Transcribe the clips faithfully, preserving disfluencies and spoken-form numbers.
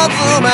爪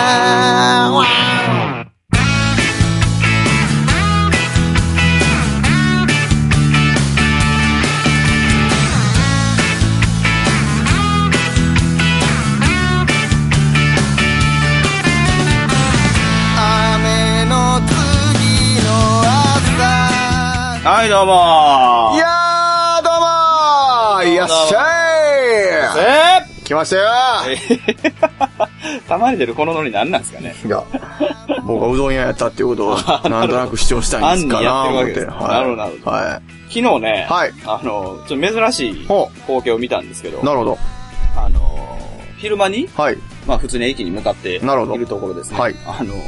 はいどうもー。 いやーどうもー、いらっしゃい。 え来ましたよー、たまに出るこのノリ何なんですかね。 いや、僕がうどん屋やったっていうことをなんとなく主張したいんですかなーって。 なるほどなるほど。 はい。 昨日ね、はい、あのちょっと珍しい光景を見たんですけど。 なるほど。 あの昼間に、 はい、 まあ普通に駅に向かっているところですね。はい。あの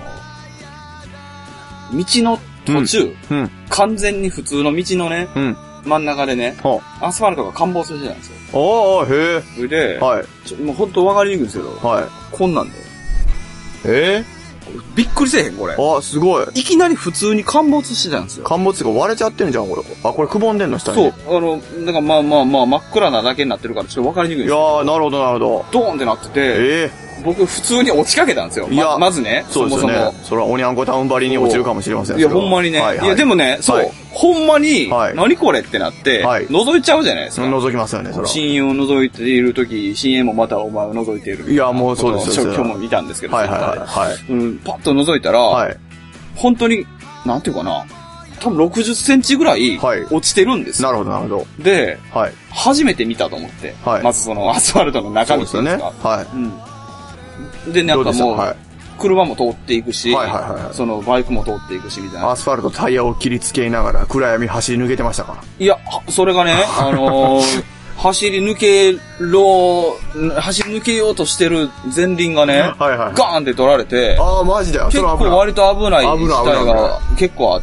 道の途中、うんうん、完全に普通の道のね、うん、真ん中でね、アスファルトが陥没してたんですよ。 おー、へー。 それで、 はい、 ちょもうほんとわかりにくいんですけど、はい、こんなんで。 えー、びっくりせえへんこれ。 あ、すごい。 いきなり普通に陥没してたんですよ。 陥没が割れちゃってんじゃん、これ。あ、これくぼんでんの下に。そう。あの、だからまあまあまあ、真っ暗なだけになってるから、ちょっとわかりにくいんですよ。 いやー、なるほどなるほど。 ドーンってなってて、 えー。 僕普通に落ちかけたんですよ。いや、ま、まずね。 そうですよね。そもそも。それはおにゃんこタウン張りに落ちるかもしれません。 いや、ほんまにね。はいはい、いや、でもね、そう。はい、ほんまに、はい、何これってなって、はい、覗いちゃうじゃないですか。 覗きますよね、それは。 親友を覗いているとき、親友もまたお前を覗いている。 いや、もうそうですよ。 今日もいたんですけど、 はいはいはい。はい、 うん、パッと覗いたら、はい、本当に、なんていうかな。多分ろくじゅっセンチぐらい落ちてるんですよ。 はい、なるほど、なるほど。で、はい、初めて見たと思って。はい、まずそのアスファルトの中身ですか。そうですよね。はい。うんで、なんかもう、はい、車も通っていくし、はいはいはいはい、そのバイクも通っていくし、みたいな。 アスファルトタイヤを切りつけながら暗闇走り抜けてましたから。 いや、それがね、あのー、走り抜けろ、走り抜けようとしてる前輪がね、はいはい、ガーンって取られて、 ああ、マジで結構割と危ない事態が結構あって、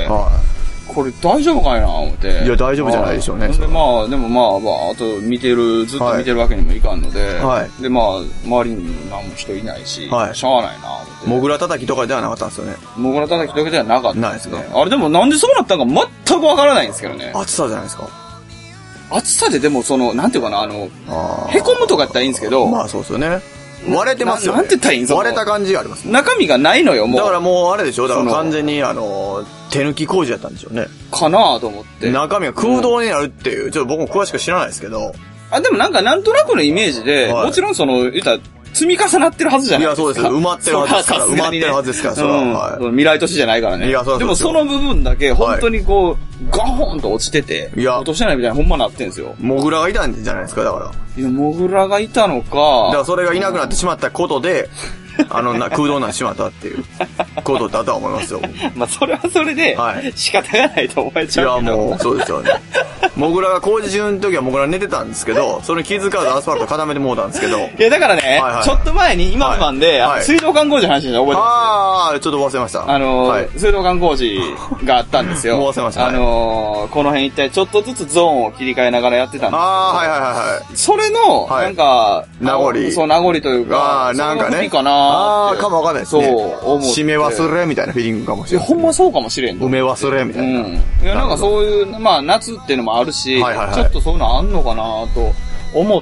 はいこれ大丈夫かいな思って。 いや、大丈夫じゃないでしょうね。 で、まあ、でもまあ、まあ、あと見てる、ずっと見てるわけにもいかんので、はい、で、まあ、周りに何も人いないし、はい、しゃあないな思って。 モグラ叩きとかではなかったんですよね。 モグラ叩きとかではなかったんですね。あれでもなんでそうなったのか全くわからないんですけどね。 暑さじゃないですか。 暑さででもその、なんていうかな、あの、へこむとかやったらいいんですけど、 まあそうですよね。割れてますよね。 なんて言ったらいいんですか割れた感じがあります、ね。 中身がないのよ、もう。 だからもうあれでしょだから完全にあの、手抜き工事だったんでしょうね。 かなぁと思って。 中身が空洞になるっていう、うん、ちょっと僕も詳しく知らないですけど。 あ、でもなんかなんとなくのイメージで、はい、もちろんその、言ったら、積み重なってるはずじゃないですか。 いや、そうです。埋まってるはずですから。埋まってるはずですから、それは。うん、 はい、未来都市じゃないからね。いや、そうそうそうでもその部分だけ、本当にこう、はい、ガホンと落ちてて、いや、落としてないみたいなほんまなってんですよ。 モグラがいたんじゃないですか、だから。 いや、モグラがいたのか。 だからそれがいなくなってしまったことで、あのな、空洞になってしまったっていうことだとは思いますよ。 まあ、それはそれで、仕方がないと思えちゃうけど。 いや、もう、そうですよね。モグラが工事中の時はモグラ寝てたんですけど、それ気づかずアスファルト固めてもうたんですけど。いや、だからね、はいはい、ちょっと前に今の番で、はい、水道管工事の話で覚えてます。 ああ、ちょっと忘れました。 あのーはい、水道管工事があったんですよ。 もう忘れました。 あのー、この辺一体ちょっとずつゾーンを切り替えながらやってたんですけど。 ああ、はいはいはい。 それの、なんか、 名残。 そう、名残というか、 ああ、なんかね。 かなああ、かもわかんないですね。 そう、思って。 締め忘れみたいなフィーリングかもしれない。 いや、ほんまそうかもしれん。 埋め忘れみたいな。うん。 いや、なんかそういう、まあ、夏っていうのもあるし、はいはいはい、ちょっとそういうのあんのかなと思って、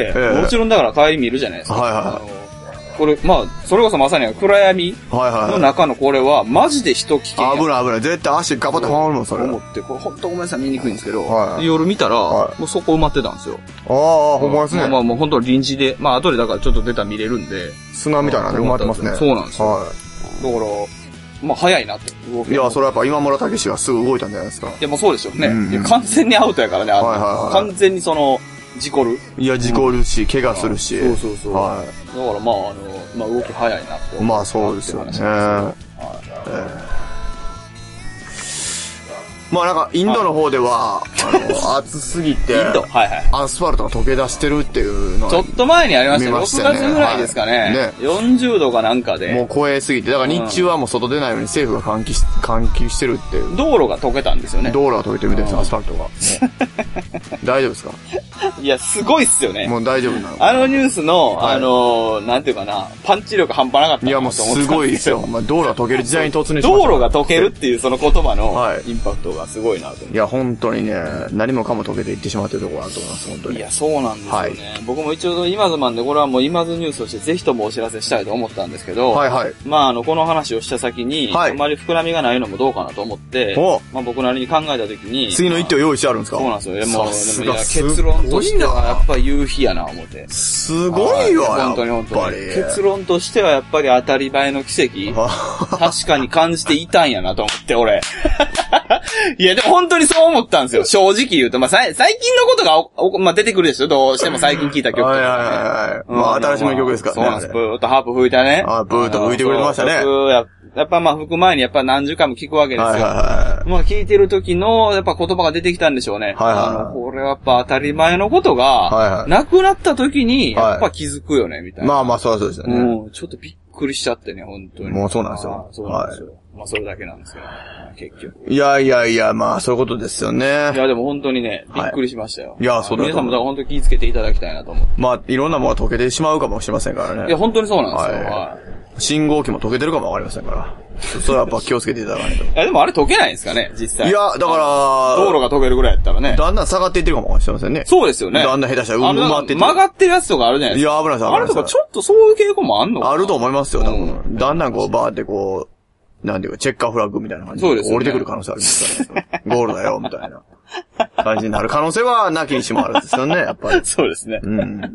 えー、もちろんだから帰り見るじゃないですか。はいはいはい。あのこれ、まあ、それこそまさに暗闇の中のこれは、マジで人危険や。 危ない危ない。絶対足ガバッとはまるもん、それ。 思って、これほんとごめんなさい、見にくいんですけど、はい、夜見たら、はい、もうそこ埋まってたんですよ。 ああ、ほんまですね。 まあまあ、もうほんと臨時で、まあ後でだからちょっと出たら見れるんで。 砂みたいなので埋まってますね。 そうなんですよ。はい。だから、まあ早いなって動き。 いや、それはやっぱ今村武史がすぐ動いたんじゃないですか。 いや、もうそうですよね。うんうん、いや完全にアウトやからね、はいはいはい、完全にその、事故る。 いや、事故るし、うん、怪我するし。 そうそうそう。はい。だからまあ、あの、まあ動き早いなって思まあそうですよね。はい。えーまあなんか、インドの方では、はい、あの、暑すぎて、インドはいはい。アスファルトが溶け出してるっていうのは、 ちょっと前にありましたね。ろくがつぐらいですかね。はい、ね。よんじゅうどかなんかで。 もう超えすぎて、だから日中はもう外出ないように政府が換気し、換気してるっていう。 道路が溶けたんですよね。 道路が溶けてるみたいです、アスファルトが。大丈夫ですか？ いや、すごいっすよね。 もう大丈夫なのあのニュースの、はい、あのー、なんていうかな、パンチ力半端なかったな。 いや、もうすごいですよ。まあ、道路が溶ける時代に突入しました。 道路が溶けるっていうその言葉のインパクトはすごいなと思って。 いや、本当にね、何もかも解けていってしまってるところだと思います、本当に。 いや、そうなんですよね。はい、僕も一応、今ズマンで、これはもう今ズニュースとしてぜひともお知らせしたいと思ったんですけど、はいはい。まあ、あの、この話をした先に、はい、あまり膨らみがないのもどうかなと思って、まあ、僕なりに考えたときに、 次の一手を用意してあるんですか？ そうなんですよ。もう、でもいや、結論としてはやっぱ夕日やな、思って。 すごいわ、 本当に本当に。結論としてはやっぱり当たり前の奇跡、確かに感じていたんやなと思って、俺。いや、でも本当にそう思ったんですよ。正直言うと。まあ、最近のことが、まあ、出てくるでしょ。どうしても最近聞いた曲とか、ね。はいはいはい。 うん、まあ、新しめの曲ですからね。 そうなんです。ブーっとハープ吹いたね。 あ、ブーっと吹いてくれてましたね。 や, やっぱまあ、吹く前にやっぱ何十回も聞くわけですよ。はいはいはい。まあ、聞いてる時の、やっぱ言葉が出てきたんでしょうね。はいはい、はい。あの、これはやっぱ当たり前のことが、はいはい。なくなった時に、やっぱ気づくよね、みたいな。 まあまあ、そうそうですよね。 うん。ちょっとびっくりしちゃってね、本当に。 もうそうなんですよ。 そうなんですよ。はい、まあ、それだけなんですよ。結局。 いやいやいや、まあ、そういうことですよね。いや、でも本当にね、びっくりしましたよ。 はい、いや、そうだ皆さんもだから本当に気をつけていただきたいなと思って。 まあ、いろんなものが溶けてしまうかもしれませんからね。 いや、本当にそうなんですよ。はい。はい、 信号機も溶けてるかもわかりませんから。それはやっぱ気をつけていただかないと。いや、でもあれ溶けないんですかね、実際。 いや、だから、 道路が溶けるぐらいやったらね。 だんだん下がっていってるかもしれませんね。 そうですよね。 だんだん下手したら埋まっていってる。 曲がってるやつとかあるじゃないですか。 いや、危ないです、危ないです。 あれとかちょっとそういう傾向もあんのかな？ あると思いますよ、多分。うん、だんだんこう、バーってこう、なんていうか、チェッカーフラッグみたいな感じで。そうです、ね。降りてくる可能性ありますからね。ゴールだよ、みたいな感じになる可能性はなきにしもあるんですよね、やっぱり。 そうですね。 うん。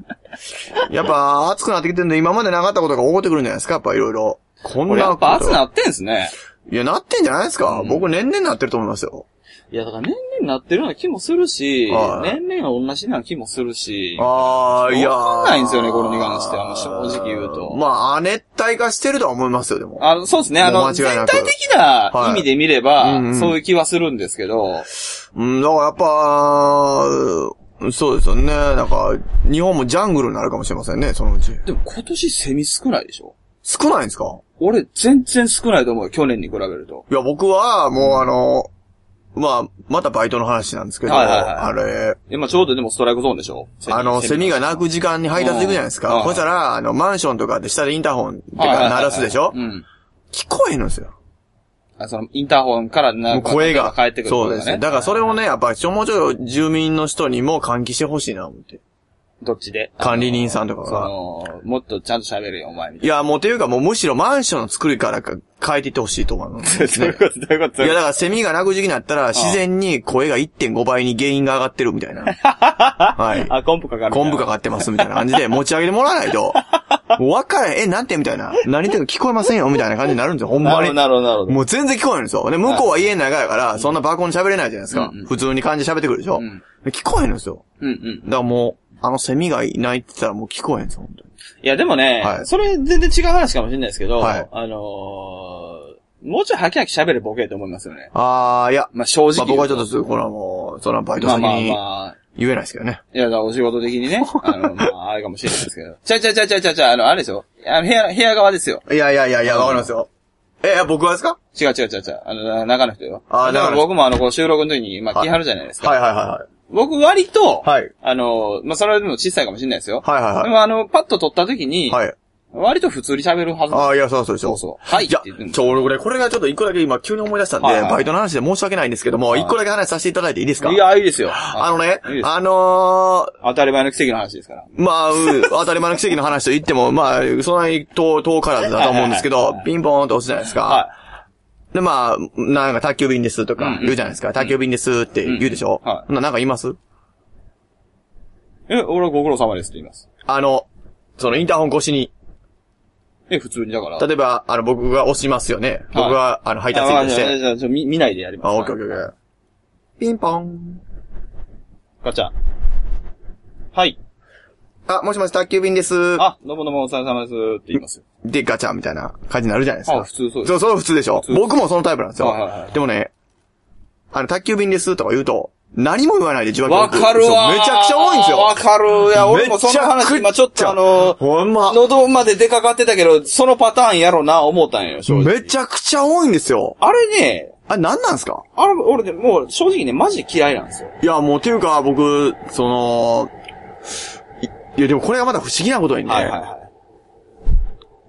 やっぱ、暑くなってきてるんで、今までなかったことが起こってくるんじゃないですか、やっぱいろいろ。 こんな。やっぱ暑くなってんすね。 いや、なってんじゃないですか、うん、僕年々なってると思いますよ。 いや、だから年々なってるような気もするし、年々は同じような気もするし。 ああ、いやー。 わかんないんですよね、これに関しては。もう正直言うと。 まあ、熱帯化してるとは思いますよ、でも。 あそうですね、あの、全体的な意味で見れば、はいうんうん、そういう気はするんですけど。 うん、だからやっぱ、そうですよね。なんか、日本もジャングルになるかもしれませんね、そのうち。 でも今年セミ少ないでしょ？ 少ないんですか？ 俺、全然少ないと思うよ、去年に比べると。 いや、僕は、もうあの、まあ、またバイトの話なんですけど、はいはいはい、あれ。 今ちょうどでもストライクゾーンでしょ？ あの、セミが鳴く時間に配達行くじゃないですか。そしたら、あの、マンションとかで下でインターホンってか鳴らすでしょ、はいはいはいはい、うん。聞こえんのですよ。 あ、その、インターホンからなんか声が返ってくる、ね。 そうですね。だからそれをね、やっぱりちょ、もうちょっと住民の人にも喚起してほしいな、思って。 どっちで管理人さんとかが。 その、もっとちゃんと喋るよ、お前みたいな。いや、もうていうかもうむしろマンションの作りからか変えていってほしいと思う、ね。 どういうことどういうこといや、だからセミが鳴く時期になったら自然に声が いってんご 倍に原因が上がってるみたいな。はい。 あ、コンプかかる。 コンプかかってますみたいな感じで持ち上げてもらわないと。もう分からん、え、なんてみたいな。何言ってんの聞こえませんよみたいな感じになるんですよ、ほんまに。 なるほど、なるほど。 もう全然聞こえないんですよ。で、向こうは家の中やから、そんなバーコン喋れないじゃないですか。うんうん、普通に感じ喋ってくるでしょ。うん、聞こえないんですよ。うんうん。だからもう、あのセミがいないって言ったらもう聞こえへんですよ、本当に。 いや、でもね、はい、それ全然違う話かもしれないですけど、はい、あのー、もうちょいハキハキ喋るボケと思いますよね。 あー、いや。 まあ、正直。まあ、 僕はちょっと、これはもう、そのバイト先に。まあまあまあ。言えないですけどね。 いや、だからお仕事的にね。あの、まあ、あれかもしれないですけど。ちゃちゃちゃちゃちゃちゃ、あの、あれですよ。あの、部屋、部屋側ですよ。 いやいやいやいや、わかりますよ。え、僕はですか？ 違う違う違う違う。あの、中の人よ。ああ、だから僕もあの、こう収録の時に、まあ、来はるじゃないですか。 はいはいはいはい。 僕割と、はい。あの、まあ、それでも小さいかもしれないですよ。はいはいはい。でもあの、パッと撮った時に、はい。割と普通に喋るはず。 ああ、いや、そうそうでしょ。 そうそう。はいって言ってるんです。 いや、ちょ、俺、これがちょっと一個だけ今急に思い出したんで、はいはい、バイトの話で申し訳ないんですけども、一、はい、個だけ話させていただいていいですか？ いや、いいですよ。 あのね、あのー、 当たり前の奇跡の話ですから。 まあ、当たり前の奇跡の話と言っても、まあ、そんなに遠、遠からずだと思うんですけど、はいはいはい、ピンポーンと押すじゃないですか。はい。で、まあ、なんか宅急便ですとか言うじゃないですか。うんうん、宅急便ですって言うでしょ、うんうん、はい。な、なんか言います？ え、俺はご苦労様ですって言います。 あの、そのインターホン越しに。 え、普通にだから。 例えば、あの、僕が押しますよね。はい、僕が、あの、配達員として。 じゃあ、じゃあ、見、見ないでやります。 あ、オッケーオッケーオッケー。ピンポン。 ガチャ。はい。 あ、もしもし、宅急便です。 あ、どうもどうもお疲れ様ですって言います。 で、ガチャみたいな感じになるじゃないですか。 あ、普通そうです。 そう、そう普通でしょ。僕もそのタイプなんですよ。はいはいはい。でもね、あの、宅急便ですとか言うと、何も言わないで受話器。 わかるわ。 めちゃくちゃ多いんですよ。 わかる。いや、俺もその話、今ちょっとあの、ほんま。喉まで出かかってたけど、そのパターンやろうな、思ったんよ、正直。 めちゃくちゃ多いんですよ。 あれね、 あれ何なんですか？ あれ、俺でもう正直ね、マジで嫌いなんですよ。 いや、もうっていうか、僕、その、い, いや、でもこれがまだ不思議なことにね。はいはいはい。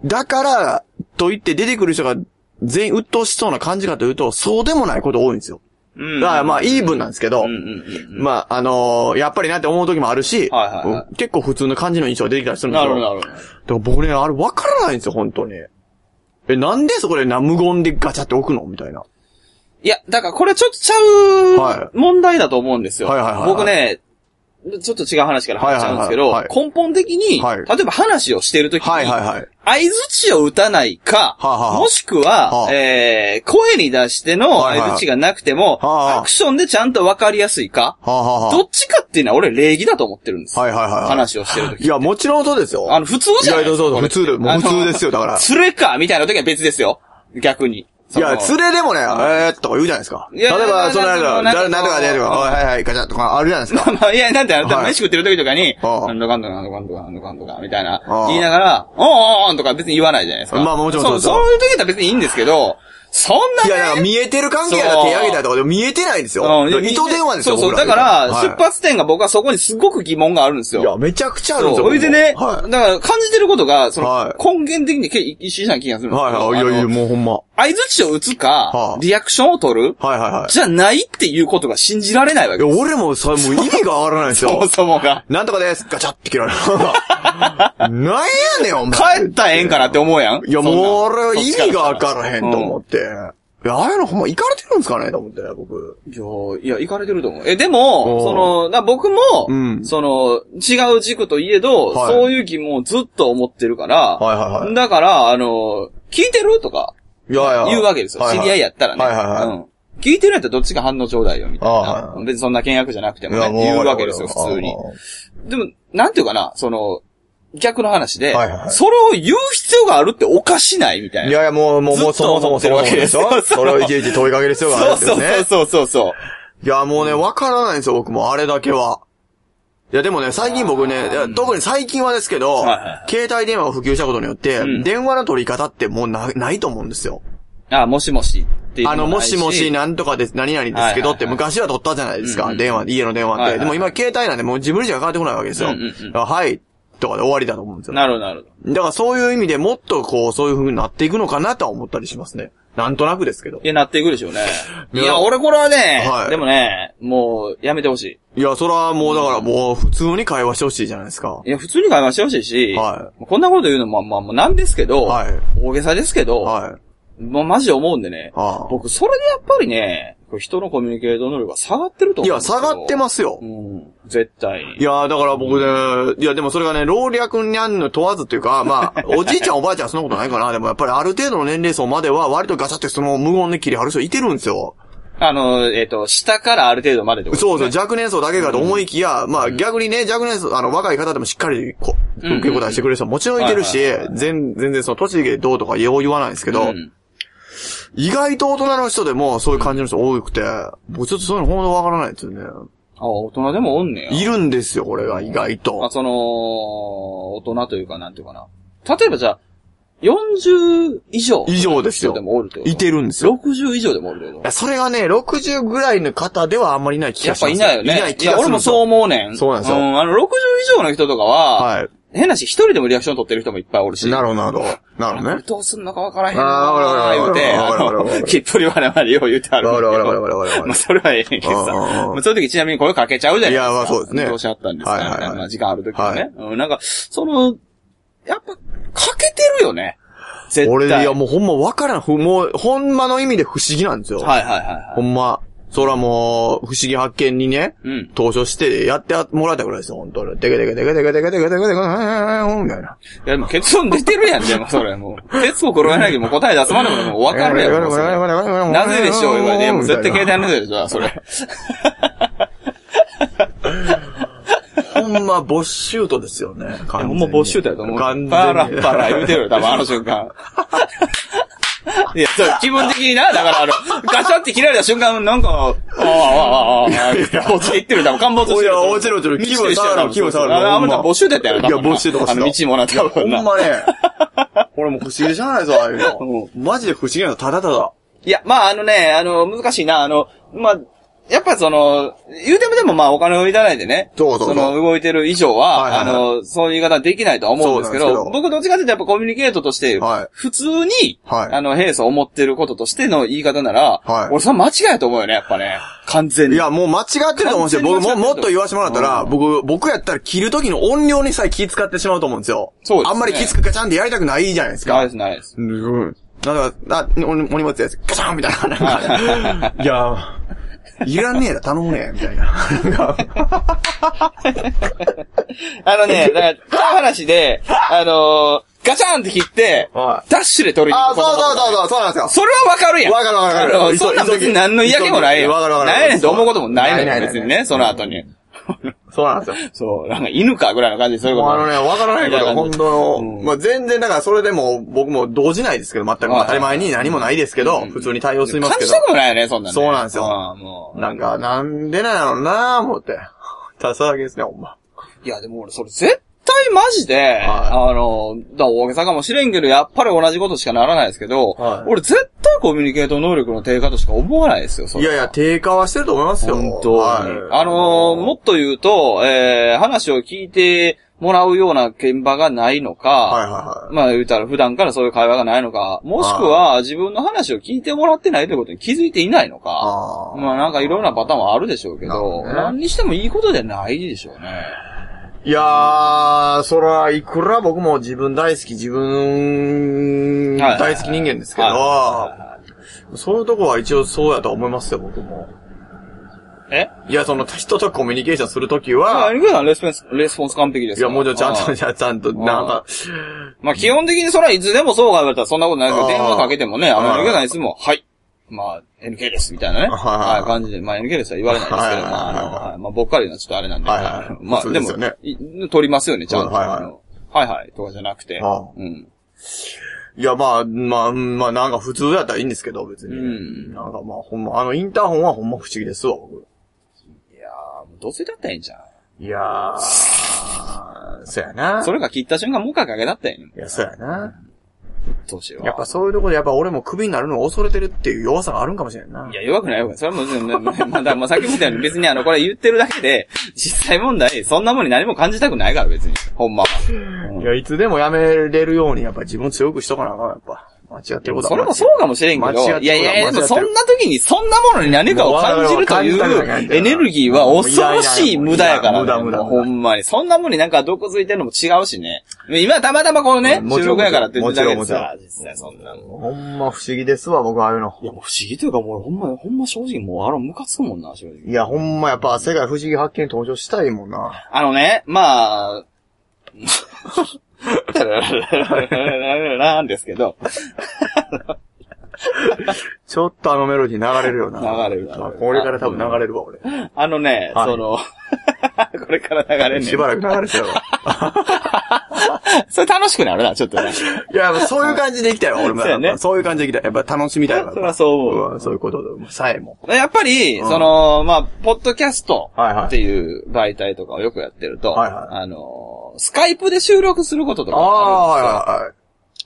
だから、と言って出てくる人が全員鬱陶しそうな感じかというと、そうでもないこと多いんですよ。 うん、だからまあ、イーブンなんですけど、うんうんうん、まあ、あのー、やっぱりなって思う時もあるし、はいはいはい、結構普通の感じの印象が出てきたりするんですよ。なるほど、なるほど。だから僕ね、あれ分からないんですよ、本当に。え、なんでそこでな、無言でガチャって置くのみたいな。 いや、だからこれちょっとちゃう問題だと思うんですよ。はいはいはいはい、僕ね、ちょっと違う話から入っちゃうんですけど、はいはいはい、根本的に、はい、例えば話をしてるときに、はいはいはい、相槌を打たないか、はあはあ、もしくは、はあ、えー、声に出しての相槌がなくても、はあはあ、アクションでちゃんとわかりやすいか、はあはあ、どっちかっていうのは俺礼儀だと思ってるんですよ。はいはいはいはい、話をしてるとき。 いや、もちろんそうですよ。 あの、普通じゃないですか。いや、 普通で、もう普通ですよ、だから。 それか、みたいなときは別ですよ。逆に。 いや、連れでもね、えーとか言うじゃないですか。例えば、そのなんか、誰、なんとかね、とか、はいはい、ガチャとかあるじゃないですか。 まあ、いや、なんて、あの、飯食ってる時とかに、なんとかんとか、なんとかんとか、なんとかんとか、みたいな、言いながら、おーおーおーとか別に言わないじゃないですか。まあ、もちろんそうです。そういう時だったら別にいいんですけど、そんなね。 いや、なんか見えてる関係だ手上げたりとかでも見えてないんですよ。うん、糸電話ですよ。 そうそう。だから、出発点が僕はそこにすごく疑問があるんですよ。 いや、めちゃくちゃあるんですよ。 それでね、はい、だから感じてることが、その、根源的に一緒な気がするんですよ。はいはい。いやいや、もうほんま。相槌を打つか、リアクションを取る、はいはいはい。じゃないっていうことが信じられないわけです。 いや、俺もさ、もう意味がわからないですよ。 そもそもが。 なんとかです。ガチャって切られる。なんやねん、お前。 帰ったらええんかなって思うやん。 いや、もう俺は意味がわからへんと思って。いや、ああいうのほんま、行かれてるんですかねと思って、僕。 いや、いや、行かれてると思う。え、でも、その、だ僕も、うん、その、違う軸といえど、はい、そういう疑問をずっと思ってるから、はいはいはい、だから、あの、聞いてるとか、いやいや言うわけですよ。はいはい、知り合いやったらね。はいはいはい、うん。聞いてるやったらどっちか反応ちょうだいよ、みたいな。はい、別にそんな倹約じゃなくてもね、言うわけですよ、普通に。でも、なんていうかな、その、逆の話で、はいはい、それを言う必要があるっておかしないみたいな。 いやいや、もう、もう、もう、そもそもそうわけですよ。それをいちいち問いかける必要があるんですよね。 そうそうそうそう。 いや、もうね、わからないんですよ、僕も、あれだけは。いや、でもね、最近僕ね、特に最近はですけど、はいはい、携帯電話を普及したことによって、うん、電話の取り方ってもうな、ないと思うんですよ。 あ、もしもしっていうの。 あの、もしもしなんとかです、何々ですけどって昔は取ったじゃないですか、電話、家の電話って。はいはいはい、でも今携帯なんでもう自分にしかかかってこないわけですよ。うんうんうん、はい。とかで終わりだと思うんですよ。 なるほど、なるほど。だからそういう意味でもっとこう、そういう風になっていくのかなとは思ったりしますね。なんとなくですけど。 いや、なっていくでしょうね。いや、俺これはね、はい、でもね、もう、やめてほしい。 いや、それはもうだからもう、普通に会話してほしいじゃないですか。 いや、普通に会話してほしいし、はい。こんなこと言うのも、まあ、まあ、なんですけど、はい。大げさですけど、はい。まあ、マジで思うんでね。ああ僕、それでやっぱりね、人のコミュニケーション能力が下がってると思うんですよ。いや、下がってますよ。うん。絶対に。 いや、だから僕ね、うん、いや、でもそれがね、老若にゃんの問わずっていうか、まあ、おじいちゃんおばあちゃんはそんなことないかな。でもやっぱりある程度の年齢層までは割とガチャってその無言で切り張る人いてるんですよ。 あの、えっ、ー、と、下からある程度までってことですね。 そうそう、若年層だけかと思いきや、うん、まあ逆にね、若年層、あの、若い方でもしっかりこ、受け答えしてくれる人ももちろんいてるし、全然その、栃木でどうとかよう言わないんですけど、うん意外と大人の人でもそういう感じの人多くて、僕ちょっとそういうのほんとわからないですよね。 あ、大人でもおんねや。 いるんですよ、これが意外と。 あ、その、大人というかなんていうかな。例えばじゃあ、よんじゅう以上。 以上ですよ。 でもおるってこと。 いてるんですよ。 ろくじゅう以上でもおるってこと。いや、それがね、ろくじゅうぐらいの方ではあんまりいない気がします。 やっぱいないよね。いない気がする。いや、俺もそう思うねん。 そうなんですよ。うん、 あの、ろくじゅう以上の人とかは、はい。変なし、一人でもリアクション取ってる人もいっぱいおるし。 なるほど、なるほど。なるほどね。 どうすんのかわからへんなー言うて、あの、きっぷりわらわらよう言うてあるんだけど。わらわらわらわらわら。まあ、それはええねんけどさ。まあ、そういう時ちなみに声かけちゃうじゃないですか。いや、まあそうですね。どうしあったんですかみたいな、まあ、時間ある時はね。うん、なんか、その、やっぱ、かけてるよね。絶対。 俺、いや、もうほんまわからん。もう、ほんまの意味で不思議なんですよ。 はいはいはい。 ほんま。そらもう、不思議発見にね、うん、投書してやってもらったぐらいですよ、ほんとに。デケデケデケデケデケデケデケデケデケみたいな。 いや、でも結論出てるやん、でもそれもう。徹子黒柳も答え出すまでももう分かるやん。なぜでしょう言われて、もう絶対携帯のせいでしょ、それ。 ほんま、ボッシュートですよね。 ほんまボッシュートやと思う。完全に。パラパラ言うてるよ、多分あの瞬間。いや、そう、気分的にな、だからあの、ガチャって切られた瞬間、なんか、ああ、ああ、ああ、落ちていってる、多分陥没してる。いや、 落ちる落ちる、気分触る、気分触る。 あ、あんた、募集だったよ、 いや、募集とかあの、道もなってた。 ほんまね、これもう不思議でしゃあないぞ、ああいうの。マジで不思議なの、ただただ。 いや、まあ、あのね、あの、難しいな、あの、まあ、 やっぱその、言うてもでもまあお金をいただいてね。 そうそうそう。 その動いてる以上は、はいはいはい、あの、そういう言い方できないとは思うんですけど、けど僕どっちかというとやっぱコミュニケートとして、はい、普通に、はい、あの、平素を思ってることとしての言い方なら、はい、俺それ間違いやと思うよね、やっぱね。完全に。 いや、もう間違ってると思うんですよ。僕も、もっと言わせてもらったら、うん、僕、僕やったら切る時の音量にさえ気使ってしまうと思うんですよ。そうですね。あんまり気つくかちゃんとやりたくないじゃないですか。 ないです、ないです。 うん。なんか、あ、お荷物やつ、ガチャンみたいな。なんかいや、いらねえだ、頼むねみたいな。 あのね、だから、この話で、あのー、ガチャンって切って、ダッシュで取りに行く。 あ、そうそうそうそう、そうなんですよ。 それはわかるやん。 わかるわかる。 あの、そんなん別に何の嫌気もないやん。 わかるわかる。 ないねんと思うこともないのよ、別にね、その後に。 そうなんですよ。 そう、なんか犬かぐらいの感じでそういうこと。 あのね、わからないけど、本当の、うん、まあ全然だからそれでも僕も動じないですけど、全く当たり前に何もないですけど、うん、普通に対応しますけど。 感じたくないよね、そんなね。 そうなんですよ。もうなんか、なんでなんやろうなぁ、思って。ただそれだけですね、ほんま。 いや、でも俺それ絶対マジで、はい、あの、だ大げさかもしれんけど、やっぱり同じことしかならないですけど、はい、俺絶対コミュニケート能力の低下としか思わないですよ、それ。 いやいや、低下はしてると思いますよ。 本当に。はい、あの、もっと言うと、えー、話を聞いてもらうような現場がないのか、はいはいはい、まあ言うたら普段からそういう会話がないのか、もしくは自分の話を聞いてもらってないということに気づいていないのか、まあなんかいろんなパターンはあるでしょうけど、ね、何にしてもいいことでないでしょうね。 いやー、そら、いくら僕も自分大好き、自分大好き人間ですけど、そういうとこは一応そうやと思いますよ、僕も。 えいや、その人とコミュニケーションするときは、 いや、レスポンス、レスポンス完璧ですよ。いや、もうちょっとちゃんと、じゃあちゃんと、なんか。 まあ基本的にそれはいつでもそうが言われたらそんなことないけど、電話かけてもね、アメリカがいつも、はい。まあ、エヌケー です、みたいなね。はい。感じで、まあ エヌケー ですは言われないですけど、まあ、あの、まあ、ぼっかりなちょっとあれなんで。はいはい。まあ、でも、取りますよね、ちゃんと。はいはい。はいはい、とかじゃなくて。うん。 いや、まあ、まあ、まあ、なんか普通だったらいいんですけど、別に。うん。なんかまあ、ほんま、あの、インターホンはほんま不思議ですわ、僕。 いやー、どうせだったらいいんじゃん。 いやー、そうやな。 それが切った瞬間、もう一回かけだったらいいの。 いや、そうやな。 どうしよう。 やっぱそういうところでやっぱ俺もクビになるのを恐れてるっていう弱さがあるんかもしれんな。 いや、弱くない弱くない。それはもう、まあ、まあ、さっきも言ったように別にあの、これ言ってるだけで、実際問題、そんなもんに何も感じたくないから別に。ほんまは。 うん、いや、いつでもやめれるようにやっぱ自分を強くしとかなあかん、やっぱ。間違ってることは。 それもそうかもしれんけど、いやいやいや、でもそんな時にそんなものに何かを感じるというエネルギーは恐ろしい無駄やから、ね。無駄無駄。ほんまに。そんなものになんか毒づいてるのも違うしね。今たまたまこのね、収録やからって言ってたけどさ、実際そんなの。 ほんま不思議ですわ、僕ああいうの。 いやもう不思議というかもうほんま、ほんま正直もうあのムカつくもんな、正直。 いやほんまやっぱ世界不思議発見登場したいもんな。 あのね、まあ、なんですけど。 ちょっとあのメロディー流れるよな。 流れる。 これから多分流れるわ、俺。 あのね、はい、その、これから流れんねん。 しばらく流れてよ。 それ楽しくなるな、ちょっとね。 いや、そういう感じでいきたいわ、俺も。そうやね。そういう感じでいきたい。やっぱ楽しみたいわ。 そりゃそう思う。そういうことさえも。 やっぱり、うん、その、まあ、ポッドキャストっていう媒体とかをよくやってると、はいはい、あの、スカイプで収録することとかもあるんですよ。あはいはい、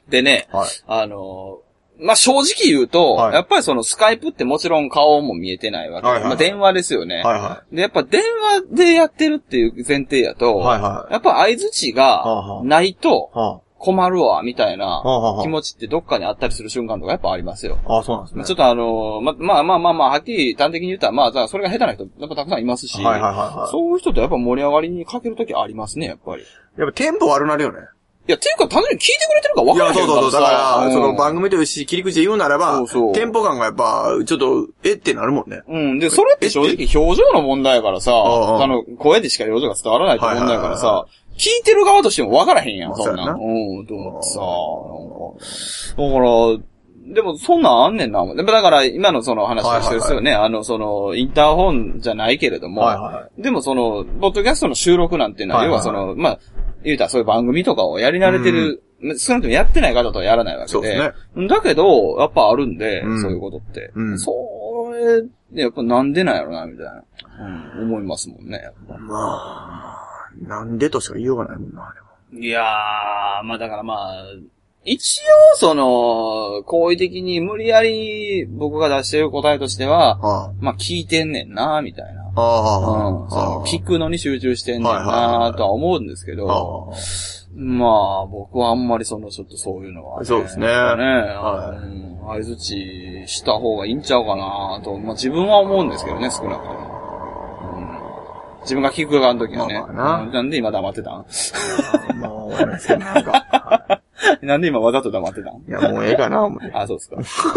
でね、はい、あの、まあ、正直言うと、はい、やっぱりそのスカイプってもちろん顔も見えてないわけで、はいはいはい、まあ、電話ですよね、はいはい。で、やっぱ電話でやってるっていう前提やと、はいはい、やっぱ相槌がないと困るわ、みたいな気持ちってどっかにあったりする瞬間とかやっぱありますよ。 ああ、そうなんですね。 ちょっとあの、ま、まあまあまあまあ、はっきり端的に言ったら、まあ、それが下手な人やっぱたくさんいますし、はいはいはいはい、そういう人とやっぱ盛り上がりにかけるときありますね、やっぱり。 やっぱテンポ悪なるよね。 いや、っていうか、単純に聞いてくれてるか分からへんからさ。いや、そうそうそう。だから、 その番組というし、切り口で言うならば、そうそうテンポ感がやっぱ、ちょっと、えってなるもんね。 うん。で、それって正直表情の問題やからさ、あ, あの、声でしか表情が伝わらないって問題やからさ、聞いてる側としても分からへんやん、そんな。うん、と思ってさ、なんか。だから、でも、そんなんあんねんな。だから、今のその話をしてるですよね。はいはいはい、あの、その、インターホンじゃないけれども、はいはいはい、でもその、ポッドキャストの収録なんていうのは、はいはいはい、要はその、まあ、言うたらそういう番組とかをやり慣れてる、うん、少なくともやってない方とはやらないわけで。そうですね。だけど、やっぱあるんで、うん、そういうことって。うん、それ、やっぱなんでなんやろな、みたいな、うん。思いますもんね、やっぱ。 まあ、なんでとしか言いようがないもんな、でも。 いやー、まあだからまあ、 一応、その、好意的に無理やり僕が出してる答えとしては、はあ、まあ聞いてんねんな、みたいな。ああ、うん、その聞くのに集中してんねんな、とは思うんですけど、はあ、まあ、僕はあんまりその、ちょっとそういうのは、ね。 そうですね。 ね、はい、うん。相づちした方がいいんちゃうかなと、まあ自分は思うんですけどね、少なくとも。自分が聞く側の時はね。まあまあな、なんで今黙ってたんまあ、わかんないですけど、なんか。 なんで今わざと黙ってたんいや、もうええかな、思って。 あ、そうっすか。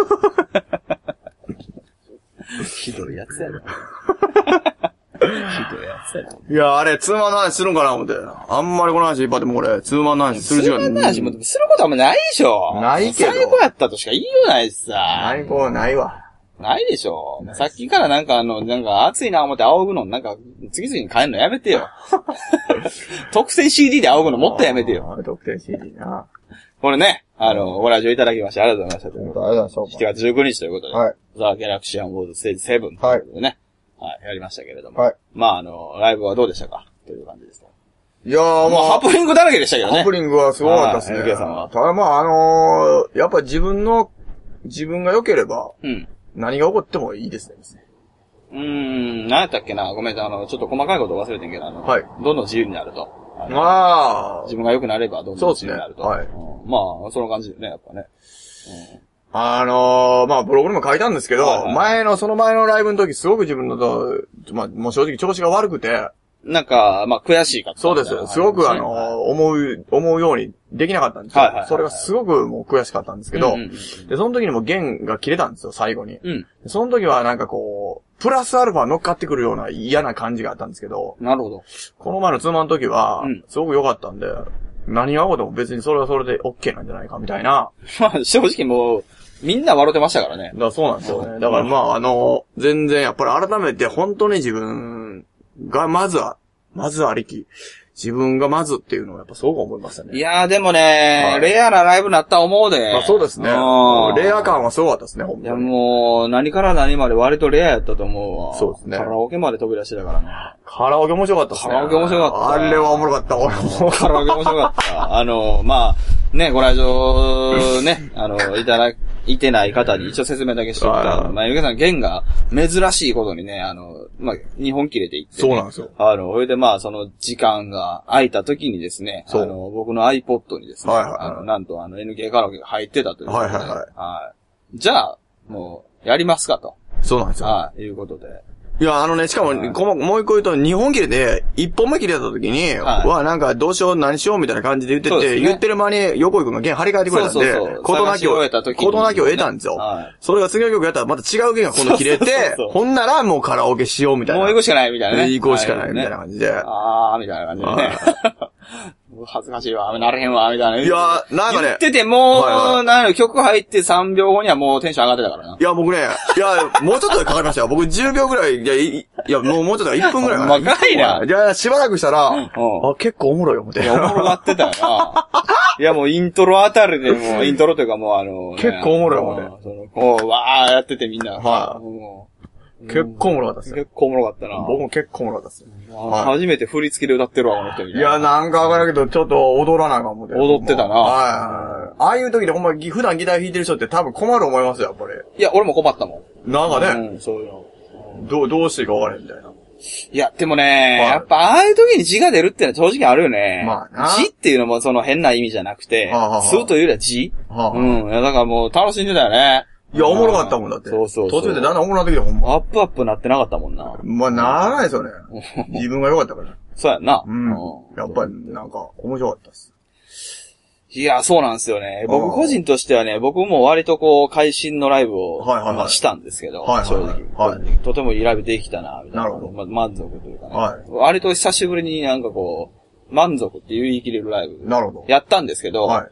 ひどいやつやな。ひどいやつやな。 いや、あれ、ツーマンの話するんかな、思って。あんまりこの話いっぱいでもこれ、ツーマンの話する時間。 ツーマンの話もすることあんまないでしょ。 ないけど。 最高やったとしか言いようないしさ。 最高ないわ。 ないでしょ。さっきからなんかあの、なんか暑いな思って仰ぐの、なんか、次々に変えるのやめてよ。特選 シーディー で仰ぐのもっとやめてよ。 特選 シーディー な。 これね、あの、ご来場いただきましてありがとうございました。ありがとうございました。 しちがつじゅうくにちということで、はい。ザ・ギャラクシアン・ウォーズ・ステージセブンということでね、はい、はい、やりましたけれども。はい。まああの、ライブはどうでしたかという感じですか。 いやー、まあ、 ハプニングだらけでしたけどね。 ハプニングはすごかったですね。エヌケー さんは。ただまああのー、やっぱ自分の、自分が良ければ、うん。何が起こってもいいですね。 うーん、何やったっけな、ごめんなさい、あの、ちょっと細かいこと忘れてんけど、あの、はい。どんどん自由になると。ああ。自分が良くなればどんどん自由になると。そうですね。はい。うん、まあ、その感じでね、やっぱね。 うん、あのー、まあ、ブログにも書いたんですけど、はいはい、前の、その前のライブの時すごく自分のと、まあ、もう正直調子が悪くて、 なんか、まあ、悔しいかった。 そうです。すごくあのー、思う、思うようにできなかったんですよ。はいはいはいはい、それがすごくもう悔しかったんですけど、うんうんうん、で、その時にも弦が切れたんですよ、最後に。うん、その時はなんかこう、プラスアルファ乗っかってくるような嫌な感じがあったんですけど、 なるほど。 この前のツーマンの時は、すごく良かったんで、うん、何が起こっても別にそれはそれで OK なんじゃないかみたいな。 まあ、正直もう、みんな笑ってましたからね。 だからそうなんですよね。だからまあ、あの、全然やっぱり改めて本当に自分がまずは、まずありき。自分がまずっていうのをやっぱすごく思いましたね。 いやーでもね、はい、レアなライブになった思うで。 あ、そうですね。レア感はすごかったですね、ほんとに。いやもう、何から何まで割とレアやったと思うわ。 そうですね。 カラオケまで飛び出してたからね。 カラオケ面白かったですね。 カラオケ面白かった。 あれはおもろかった。 カラオケ面白かった。あの、まあ、ね、ご来場、ね、あの、いただいてない方に一応説明だけしておくと、まあ、ゆけさん、弦が珍しいことにね、あの、まあ、日本切れていって、 ね。そうなんですよ。 あの、それでまあ、その時間が空いた時にですね、あの、僕の iPod にですね、はいはいはい、あの、なんとあの、エヌケー カラオケが入ってたということで、はいはいはい。はい。じゃあ、もう、やりますかと。 そうなんですよ。 はい、いうことで。 いや、あのね、しかも、もう一個言うと、日本切れで、一本目切れた時に、はい、わ、なんか、どうしよう、何しよう、みたいな感じで言ってて、ね、言ってる間に、横井くんが弦張り替えてくれたんで、ことなきを、ことなきを得たんですよ。はい、それが次の曲やったら、また違う弦が今度切れて、そうそうそうそう、ほんなら、もうカラオケしよう、みたいな。 もう行くしかない、みたいなね。 行こうしかない、みたいな感じで。 あー、みたいな感じでね。恥ずかしいわ、なれへんわ、みたいな。 いや、なんかね。 言ってて、もう、はいはい、なん曲入ってさんびょうごにはもうテンション上がってたからな。 いや、僕ね、いや、もうちょっとでかかりましたよ。僕じゅうびょうぐらい、いや、いやもうもうちょっといっぷんぐらいかな。 若いな。 いや、しばらくしたら、うん、あ、結構おもろいよ、思って。 いや、おもろがってたよな。いや、もうイントロあたりでもう、イントロというかもうあの、 ね、結構おもろい、思って。 そのこう、わーやっててみんな。 はい、もう結構おもろかったっす。 結構おもろかったな。 僕も結構おもろかったっす。 はい、初めて振り付きで歌ってるわ、この人みたいな。 いや、なんかわからんけど、ちょっと踊らないかも。 踊ってたな。 はい。ああいう時でほんま、普段ギター弾いてる人って多分困る思いますよ、やっぱり。 いや、俺も困ったもん。なんかね。 うん、そういうの。 どう、どうしていいかわからへんみたいな。 いや、でもね、はい、やっぱああいう時に字が出るってのは正直あるよね。 まあな。 字っていうのもその変な意味じゃなくて、数というよりは字、はあはあ、うん。いや、だからもう楽しんでたよね。 いや、おもろかったもんだって。 そうそうそう。 途中でだんだんおもろなってきてほんま。 アップアップなってなかったもんな。 まあ、ならないですよね。自分が良かったから。 そうやんな。 うん。やっぱり、なんか、面白かったです。 いや、そうなんですよね。僕個人としてはね、僕も割とこう、会心のライブを、はいはいはい、したんですけど、はいはいはい、正直、はい。とてもいいライブできたな、みたいな。なるほど。ま、満足というかね。はい。割と久しぶりになんかこう、満足って言い切れるライブ。 なるほど。 やったんですけど、はい。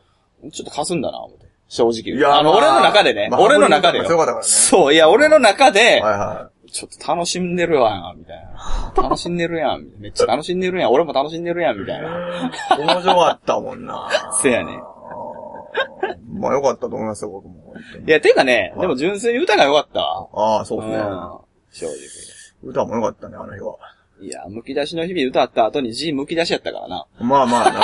ちょっと霞んだな、思って。正直。いや、あの、俺の中でね。まあ、俺の中でよ。そうね、そう、いや、俺の中で、はいはい。ちょっと楽しんでるわ、みたいな。楽しんでるやん。めっちゃ楽しんでるやん。俺も楽しんでるやん、みたいな。 面白かったもんな。 せやね。 まあよかったと思いますよ、僕も。 いや、てかね、はい、でも純粋に歌が良かった。 ああ、そうですね。うん、 正直。 歌も良かったね、あの日は。 いや、剥き出しの日々歌った後に字剥き出しやったからな。 まあまあな。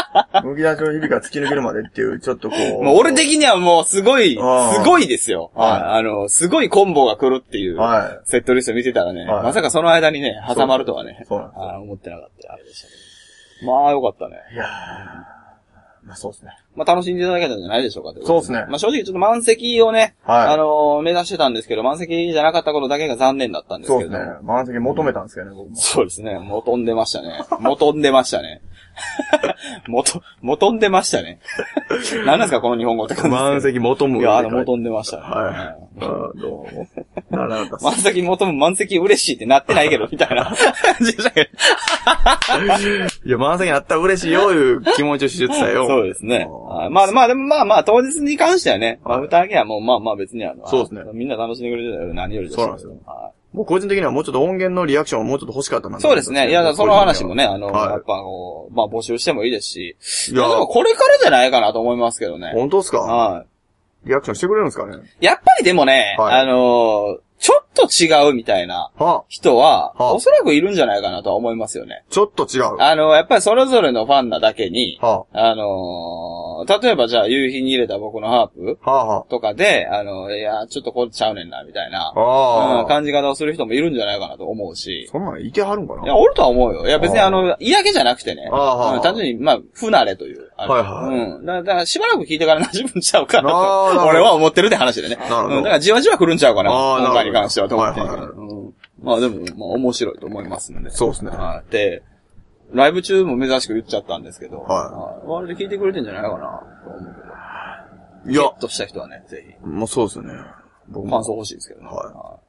むき出しの日々が突き抜けるまでっていう、ちょっとこう。 もう俺的にはもうすごい、すごいですよ。はい。あの、すごいコンボが来るっていう、はい。セットリスト見てたらね、はい、まさかその間にね、挟まるとはね、そうなんですよ。思ってなかった。あれでしたけど。まあ、よかったね。いやー。まあそうですね。まあ楽しんでいただけたんじゃないでしょうか。そうですね。まあ正直ちょっと満席をね、はい、あのー、目指してたんですけど、満席じゃなかったことだけが残念だったんですけど。そうですね。満席求めたんですけどね、僕も。そうですね。求んでましたね。求んでましたね。求、求んでましたね。何ですかこの日本語って感じです。満席求む。いや、あの、求んでましたね。はい。あどうも。ならなかった。満席求む、満席嬉しいってなってないけど、みたいな感じでしたけど。いや、満席あったら嬉しいよ、いう気持ちを知ってたよ。そうですね。まあまあ、でもまあまあ、当日に関してはね、まあ、歌上げはもうまあまあ別にあの、そうですね。みんな楽しんでくれてたよ、何よりです。そうなんですよ。もう個人的にはもうちょっと音源のリアクションをもうちょっと欲しかったな。そうですね。いや、その話もね、あの、はい、やっぱこう、まあ募集してもいいですし。いや、でもこれからじゃないかなと思いますけどね。本当ですか？はい。リアクションしてくれるんですかね？やっぱりでもね、はい、あの、ちょっと違うみたいな人は、はあ、おそらくいるんじゃないかなとは思いますよね。ちょっと違う。あの、やっぱりそれぞれのファンなだけに、はあ、あのー、例えばじゃあ夕日に入れた僕のハープとかで、はあ、あの、いや、ちょっとこうちゃうねんな、みたいな、はあ、うん、感じ方をする人もいるんじゃないかなと思うし。そんなんいてはるんかな？いや、おるとは思うよ。いや、別にあの、嫌気じゃなくてね、はあ、単純に、まあ、不慣れという。はいはい。うん。だから、しばらく聞いてから馴染むんちゃうかなと、俺は思ってるって話でね。なるほど。うん、だからじわじわ来るんちゃうかな、今回に関してはと思って。はいはいうん、まあでも、まあ面白いと思いますんで。そうですね。はい。で、ライブ中も珍しく言っちゃったんですけど、はい。割と聞いてくれてんじゃないかな、と思うけど。いや。ゲットした人はね、ぜひ。もうそうですよね。僕感想欲しいですけどね。はい。はい、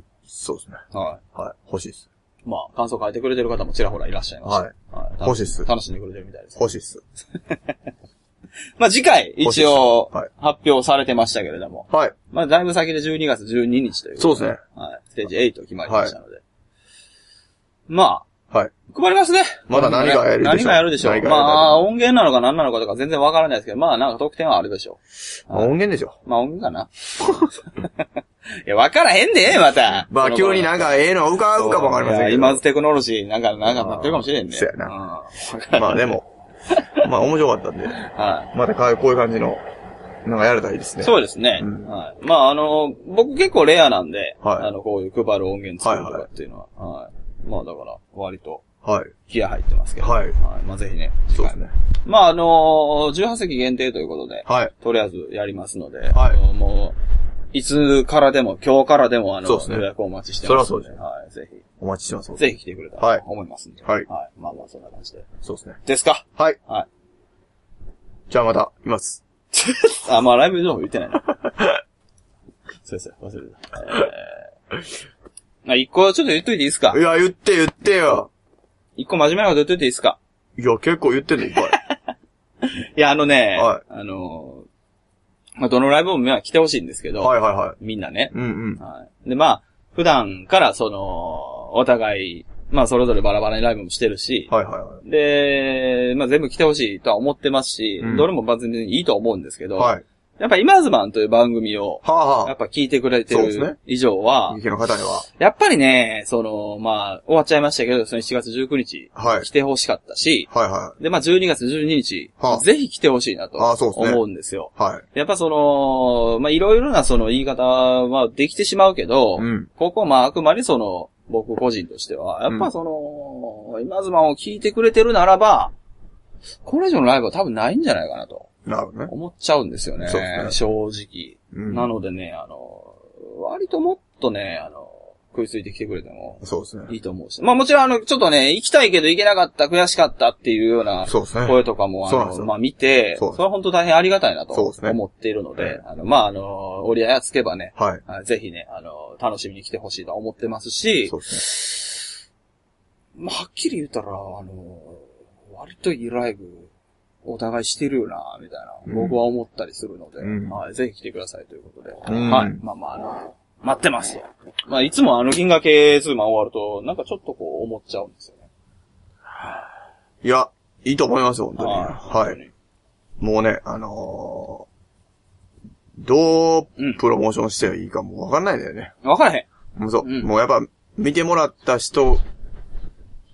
そうですね。はい。はい。欲しいです。まあ、感想書いてくれてる方もちらほらいらっしゃいます。はい。はい、欲しいっす。楽しんでくれてるみたいです、ね。欲しいっす。まあ次回、一応、発表されてましたけれども。はい。まあだいぶ先でじゅうにがつじゅうににちという。そうですね。はい。ステージはち決まりましたので。はい、まあ。はい。配りますね。まだ何がやるでしょう。何がやるでしょう。まあ、音源なのか何なのかとか全然わからないですけど、まあなんか特典はあるでしょう。音源でしょ。まあ音源かな。いや、わからへんで、また。まあ急になんかええの浮かぶかもわかりませんけど。今ズテクノロジーなんか、なんかなってるかもしれんね。そうやな。まあでも。まあ面白かったんで、はい、またこういう感じの、なんかやれたらいいですね。そうですね。うん、はい。まああの、僕結構レアなんで、はい、あの、こういう配る音源作るとかっていうのは、はい、はい。まあだから、割と、はい。気合入ってますけど、はい。はい。まあぜひね。そうですね。まああの、じゅうはっせき限定ということで、はい。とりあえずやりますので、はい。もう、いつからでも、今日からでも、あの、そうですね。予約をお待ちしてますので。それはそうですね。はい。ぜひ。お待ちしてます。ぜひ来てくれたらと思いますんで。はい。はい。まあまあ、そんな感じで。そうですね。ですか？はい。はい。じゃあまた、います。あ、まあライブ情報言ってないな。そうです、忘れた。えー。あ、一個ちょっと言っといていいですか？いや、言って言ってよ。一個真面目なこと言っといていいですか？いや、結構言ってんね、いっぱい。いや、あのね、はい。あの、まあ、どのライブも来てほしいんですけど。はいはいはい。みんなね。うんうん。はい。で、まあ、普段からその、お互い、まあそれぞれバラバラにライブもしてるし。はいはいはい。で、まあ全部来てほしいとは思ってますし、うん、どれも別にいいと思うんですけど。はい。やっぱ今ズマンという番組を、はあはあ、やっぱ聞いてくれてる以上は、ね、の方にはやっぱりね、その、まあ、終わっちゃいましたけど、そのしちがつじゅうくにち、はい、来てほしかったし、はいはい。で、まあじゅうにがつじゅうににち、はあ、ぜひ来てほしいなと思うんですよ。はい。やっぱその、まあいろいろなその言い方はできてしまうけど、うん、ここまああくまでその、僕個人としては、やっぱその、うん、今ズマンを聞いてくれてるならば、これ以上のライブは多分ないんじゃないかなと。なるほどね。思っちゃうんですよね。そうですね。正直。うん、なのでね、あの、割ともっとね、あの、食いついてきてくれても、そうですね。いいと思うし。まあもちろんあの、ちょっとね、行きたいけど行けなかった、悔しかったっていうような、そうですね。声とかも、あの、まあ見て、それは本当大変ありがたいなと思っているので、でね、あの、まああの、折り合いがつけばね、はい。ぜひね、あの、楽しみに来てほしいと思ってますし、そうですね。まあはっきり言ったら、あの、割といいライブ、お互いしてるよな、みたいな、うん、僕は思ったりするので、うん、はい、ぜひ来てくださいということで、うん、はい、まあまあ、あの、待ってますよ。まあ、いつもあの、銀河系ツーマン終わると、なんかちょっとこう、思っちゃうんですよね。いや、いいと思いますよ、本当に。はい。はい、もうね、あのー、どう、プロモーションしていいかもうわかんないんだよね。わからへん。もうそう、うん、もうやっぱ、見てもらった人、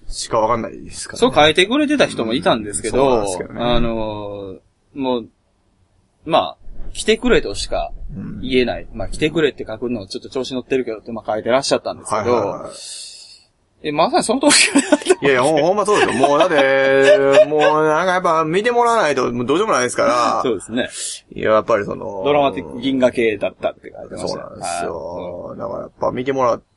しかわかんないですからね。 そう書いてくれてた人もいたんですけど、うん、そうなんですけどね、あのー、もう、まあ、来てくれとしか言えない。うん、まあ、来てくれって書くのちょっと調子乗ってるけどって、まあ書いてらっしゃったんですけど、はいはいはい、え、まさにその通り。 いやいや、ほん、ほんまそうですよ。もうだって、もうなんかやっぱ見てもらわないとどうしようもないですから。 そうですね。 いや、やっぱりその、 ドラマティック銀河系だったって書いてました。 そうなんですよ。だからやっぱ見てもらう、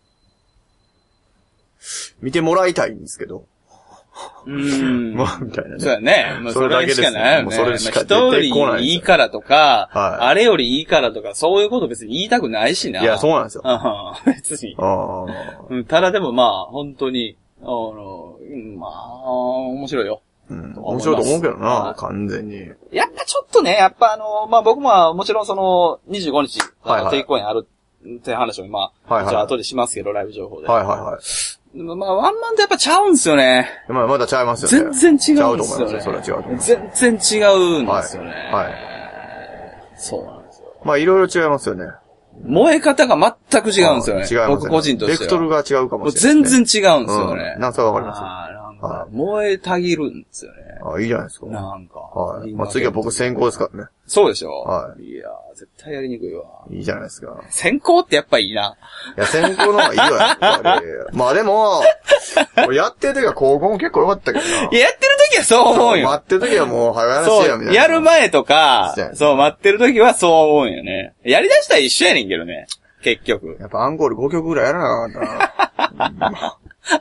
見てもらいたいんですけど。 うーん。 まあ、みたいなね。 そうやね。まあ、それだけしかないよね。 もうそれしか出てこない。一人いいからとか、はい、あれよりいいからとか、そういうこと別に言いたくないしな。 いや、そうなんですよ。 別に。うん。ただでもまあ、本当に、あの、まあ、面白いよ。 うん。面白いと思うけどな、はい、完全に。 やっぱちょっとね、やっぱあの、まあ僕ももちろんその、にじゅうごにち、はいはい、定期公演あるって話を今、はいはい、じゃあ後でしますけど、ライブ情報で。はいはいはい。まあ、ワンマンとやっぱちゃうんすよね。 まあ、まだちゃいますよね。 全然違うんですよね。 ちゃうと思いますよ、それは違うと思います。 全然違うんですよね。はい。はい、そうなんですよ。 まあ、いろいろ違いますよね。 燃え方が全く違うんですよね。違います、ね。僕個人としては。 ベクトルが違うかもしれない、 ね。全然違うんですよね。 うん、なんかわかりますよ。 あなんか、燃えたぎるんですよね。 あいいじゃないですか。 なんか。 はい。まあ、次は僕先行ですからね。 そうでしょ。 はい。 いやー、絶対やりにくいわ。 いいじゃないですか。 先行ってやっぱいいな。 いや、先行の方がいいわ、やっぱり。まあでも、やってる時は高校も結構良かったけどな。いや、 やってる時はそう思うよ。 待ってる時はもう早話しや、みたいな。 やる前とか、そう、待ってる時はそう思うよね。やり出したら一緒やねんけどね。結局。 やっぱアンコールごきょくぐらいやらなかったな。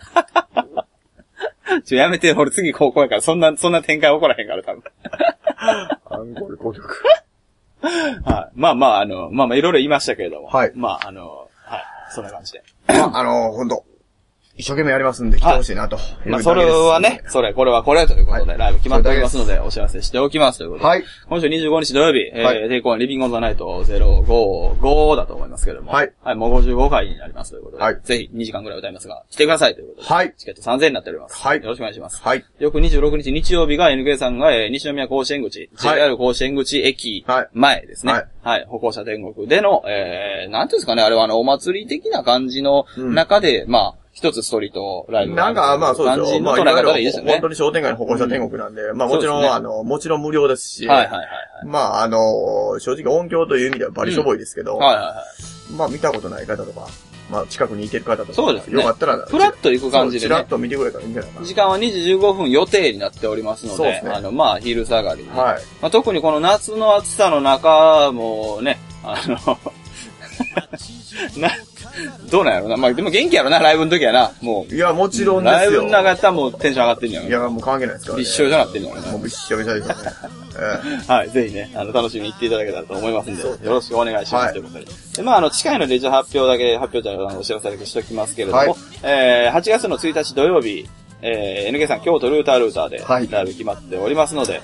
ちょ、やめて、俺次高校やから、そんな、そんな展開起こらへんから、多分。 アンコールごきょく。 はい。まあまあ、あの、まあまあ、いろいろ言いましたけれども。 はい。 まあ、あの、はい。そんな感じで。 まあ、あの、ほんと。一生懸命やりますんで来てほしいなと。 まあ、それはね、それ、これはこれということで、ライブ決まっておりますので、お知らせしておきますということで。はい。今週にじゅうごにち土曜日、えー、テイクオンリビングオンザナイトゼロごごだと思いますけれども。はい。はい、もうごじゅうごかいになりますということで。はい。ぜひにじかんぐらい歌いますが、来てくださいということで。はい。チケットさんぜんえんになっております。はい。よろしくお願いします。はい。翌にじゅうろくにち日曜日が エヌケー さんが、えー、西宮甲子園口、ジェイアール 甲子園口駅前ですね。はい。はい。歩行者天国での、えー、なんていうんですかね、あれはあの、お祭り的な感じの中で、うん、まあ、一つストリートライブ。 なんか、まあそうですよ。 感じの捉え方でいいですよね。 本当に商店街の歩行者天国なんで、うん、まあもちろん、ね、あの、もちろん無料ですし。はいはいはい、はい。まああの、正直音響という意味ではバリしょぼいですけど。うん、はいはいはい。まあ見たことない方とか、まあ近くにいてる方とか。そうですね。よかったら。 フラッと行く感じでね。 フラッと見てくれたらいいんじゃないかな。 時間はにじじゅうごふん予定になっておりますので。そうですね。あの、まあ昼下がりに。はい。まあ特にこの夏の暑さの中もね、あの、な、どうなんやろな。まあ、でも元気やろな、ライブの時やな。もう。 いや、もちろんですよ。 ライブの中やったらもうテンション上がってんじゃん。 いや、もう関係ないですからね。 びっしょじゃなってんのね。 もうびっしょびしょですよね。 えー、はい、ぜひね、あの、楽しみに行っていただけたらと思いますんで、よろしくお願いします。はい、ということで。で、まあ、あの、近いので、一応発表だけ、発表じゃない、お知らせだけしときますけれども、はい、えー、はちがつのついたち土曜日、えー、エヌケー さん京都ルータールーターで、ライブ決まっておりますので、はい、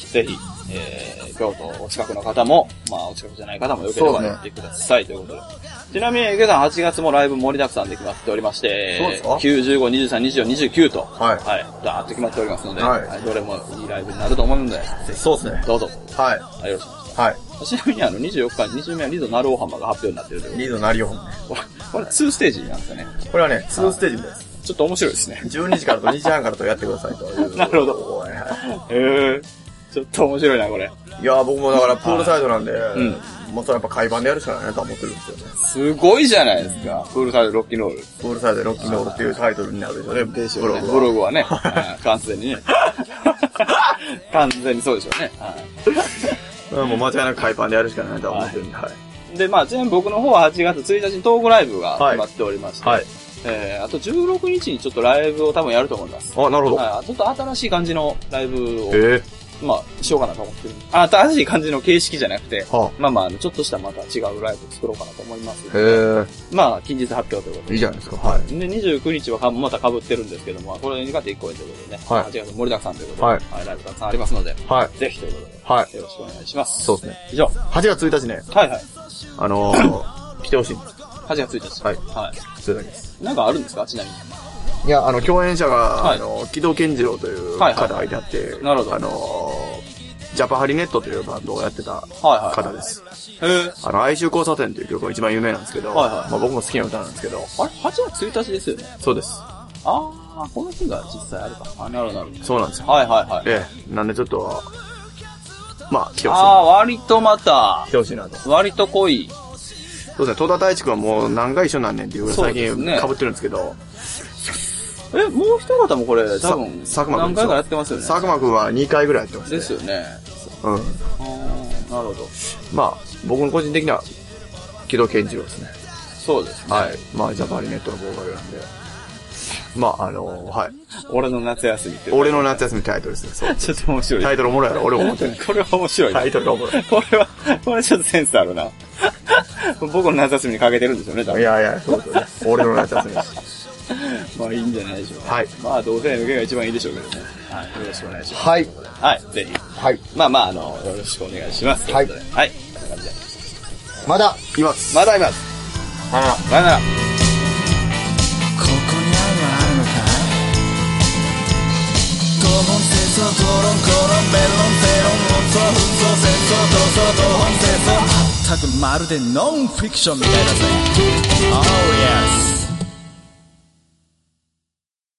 ぜひ、えー、京都お近くの方も、まあ、お近くじゃない方もよければ行ってください、ということで。ちなみに、エヌケー さんはちがつもライブ盛りだくさんで決まっておりまして、そうですか ?きゅう、じゅうご、にじゅうさん、にじゅうよん、にじゅうきゅうと、はい。はい。ダーッと決まっておりますので、はい。はい、どれもいいライブになると思うので、ぜひ。そうですね。どうぞ。はい。よろしくお願いします。はい。ちなみに、あの、にじゅうよっかに、にじゅうめはリゾナルオハマが発表になっているということで。リゾナルオハマね。これ、にステージなんですかね。これはね、にステージです。ちょっと面白いですね。じゅうにじからとにじはんからとやってくださいという。なるほど。へー。ちょっと面白いな、これ。いやー、僕もだからプールサイドなんで、うん。もうそれやっぱ海盤でやるしかないなと思ってるんですよね。すごいじゃないですか。プールサイドロッキーノール。プールサイドロッキーノールっていうタイトルになるでしょうね。でしょうね。ブログはね。完全にね。完全にそうでしょうね。はい。もう間違いなく海盤でやるしかないなと思ってるんで、はい。で、まあ、ちなみに僕の方ははちがつついたちにトークライブが決まっておりまして、はい。えー、あとじゅうろくにちにちょっとライブを多分やると思います。あ、なるほど。はい。ちょっと新しい感じのライブを。えーまあ、しようかなと思ってる。あ、新しい感じの形式じゃなくて、はあ、まあまあ、ちょっとしたまた違うライブを作ろうかなと思います。へー。まあ、近日発表ということで。いいじゃないですか。はい。で、にじゅうくにちはまた被ってるんですけども、これにかていっこえということでね。はい。はちがつ盛りだくさんということで。はい。はい、ライブたくさんありますので。はい。ぜひということで。はい。よろしくお願いします。そうですね。以上。はちがつついたちね。はいはい。あのー、来てほしいんです。はちがつついたち。はい。はい。それだけです。なんかあるんですかちなみに。いや、あの、共演者が、はい、あの、木戸健次郎という方がいてあって、はいはい、なるほど。あのー、ジャパハリネットというバンドをやってた方です。はいはい、へあの、哀愁交差点という曲が一番有名なんですけど、はいはい、まあ僕も好きな歌なんですけど。あれ ?はちがつついたちですよね。そうです。ああ。 あ、この日が実際あるか。あ、なるほどなるほど。 そうなんですよ。 はいはいはい。 ええ。なんでちょっと、まあ、来てほしい。 ああ、割とまた、 来てほしいなと。 割と濃い。 そうですね、戸田太一くんはもう何回一緒なんねんっていうぐらい最近被ってるんですけど。 え、もう一方もこれ、多分、何回かやってますよね。 佐久間くんはにかいぐらいやってますね。 ですよね。 うん。 ああ、なるほど。 まあ、僕の個人的には、木戸健次郎ですね。 そうですね。 はい。まあ、ジャパリネットのボーカルなんで。まあ、あのー、はい。 俺の夏休みって。 俺の夏休みタイトルですね。そう。 ちょっと面白い。 タイトルおもろいやろ。俺も思ってる。 これは面白い。 タイトルがおもろい。 これは、これちょっとセンスあるな。僕の夏休みにかけてるんですよね、多分。 いやいや、そうですよね。俺の夏休みです。 まあいいんじゃないでしょうか。 はい。 まあ、同性の受けが一番いいでしょうけどね。はい。よろしくお願いします。 はい。 はい、ぜひ。 はい。 まあまあ、あの、よろしくお願いします。 はい。 はい。こんな感じで。 まだ、います。 まだいます。 さよなら。 さよなら。ここに愛はあるのかい？討論戦争討論討論弁論正論論争紛争戦争闘争同本戦争まったくまるでノンフィクションみたいだぜ。Oh yes